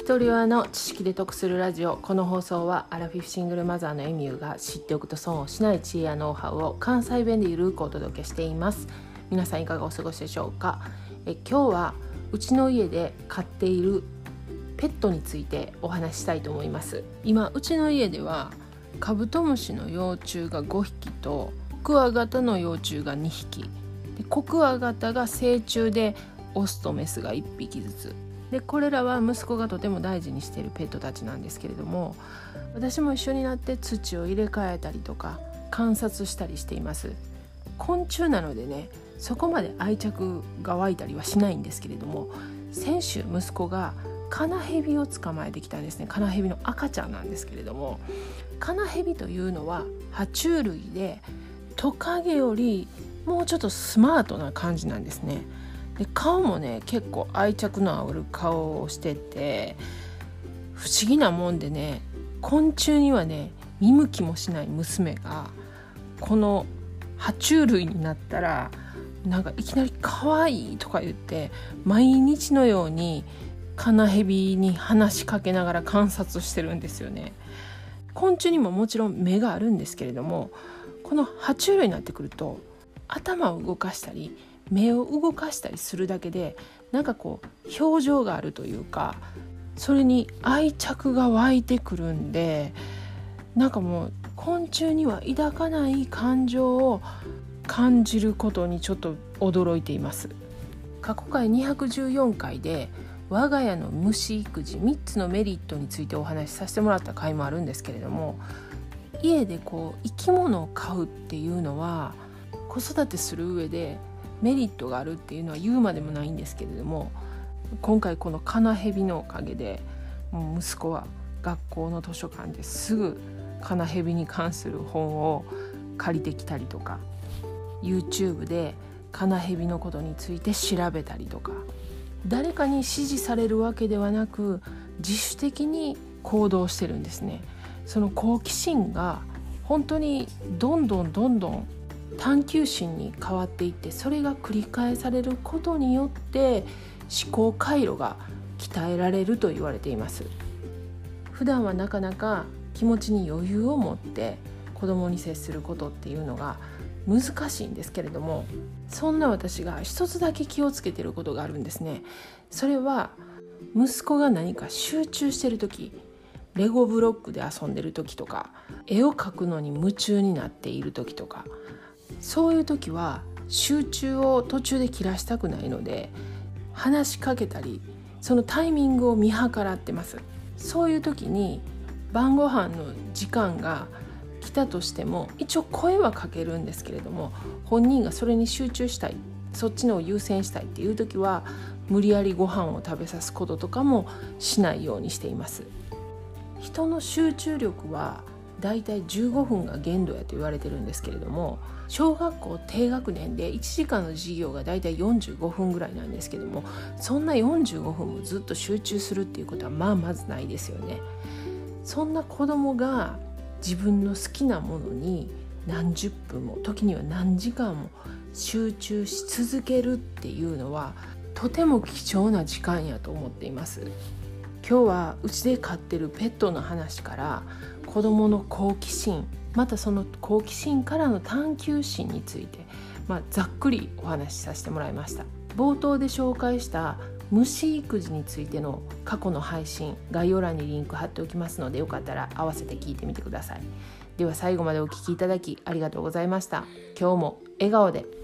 一人親の知識で得するラジオ。この放送はアラフィフシングルマザーのエミューが知っておくと損をしない知恵やノウハウを関西弁でゆるくお届けしています。皆さんいかがお過ごしでしょうか。今日はうちの家で飼っているペットについてお話ししたいと思います。今うちの家ではカブトムシの幼虫が5匹とクワガタの幼虫が2匹で、コクワガタが成虫でオスとメスが1匹ずつで、これらは息子がとても大事にしているペットたちなんですけれども、私も一緒になって土を入れ替えたりとか観察したりしています。昆虫なのでね、そこまで愛着が湧いたりはしないんですけれども、先週息子がカナヘビを捕まえてきたんですね。カナヘビの赤ちゃんなんですけれども、カナヘビというのは爬虫類でトカゲよりもうちょっとスマートな感じなんですね。で顔もね、結構愛着のある顔をしてて、不思議なもんでね、昆虫にはね見向きもしない娘がこの爬虫類になったらなんかいきなり可愛いとか言って毎日のようにカナヘビに話しかけながら観察してるんですよね。昆虫にももちろん目があるんですけれども、この爬虫類になってくると頭を動かしたり目を動かしたりするだけでなんかこう表情があるというか、それに愛着が湧いてくるんで、なんかもう昆虫には抱かない感情を感じることにちょっと驚いています。過去回214回で我が家の虫育児3つのメリットについてお話しさせてもらった回もあるんですけれども、家でこう生き物を飼うっていうのは子育てする上でメリットがあるっていうのは言うまでもないんですけれども、今回このカナヘビのおかげでもう息子は学校の図書館ですぐカナヘビに関する本を借りてきたりとか、 YouTube でカナヘビのことについて調べたりとか、誰かに指示されるわけではなく自主的に行動してるんですね。その好奇心が本当にどんどん探求心に変わっていって、それが繰り返されることによって思考回路が鍛えられると言われています。普段はなかなか気持ちに余裕を持って子供に接することっていうのが難しいんですけれども、そんな私が一つだけ気をつけていることがあるんですね。それは息子が何か集中している時、レゴブロックで遊んでる時とか、絵を描くのに夢中になっている時とか、そういう時は集中を途中で切らしたくないので話しかけたり、そのタイミングを見計らってます。そういう時に晩ご飯の時間が来たとしても一応声はかけるんですけれども、本人がそれに集中したい、そっちのを優先したいっていう時は無理やりご飯を食べさすこととかもしないようにしています。人の集中力はだいたい15分が限度やと言われてるんですけれども、小学校低学年で1時間の授業がだいたい45分ぐらいなんですけども、そんな45分もずっと集中するっていうことはまずないですよね。そんな子供が自分の好きなものに何十分も時には何時間も集中し続けるっていうのはとても貴重な時間やと思っています。今日はうちで飼ってるペットの話から子どもの好奇心、またその好奇心からの探求心について、ざっくりお話しさせてもらいました。冒頭で紹介した虫育児についての過去の配信、概要欄にリンク貼っておきますので、よかったら合わせて聞いてみてください。では最後までお聞きいただきありがとうございました。今日も笑顔で。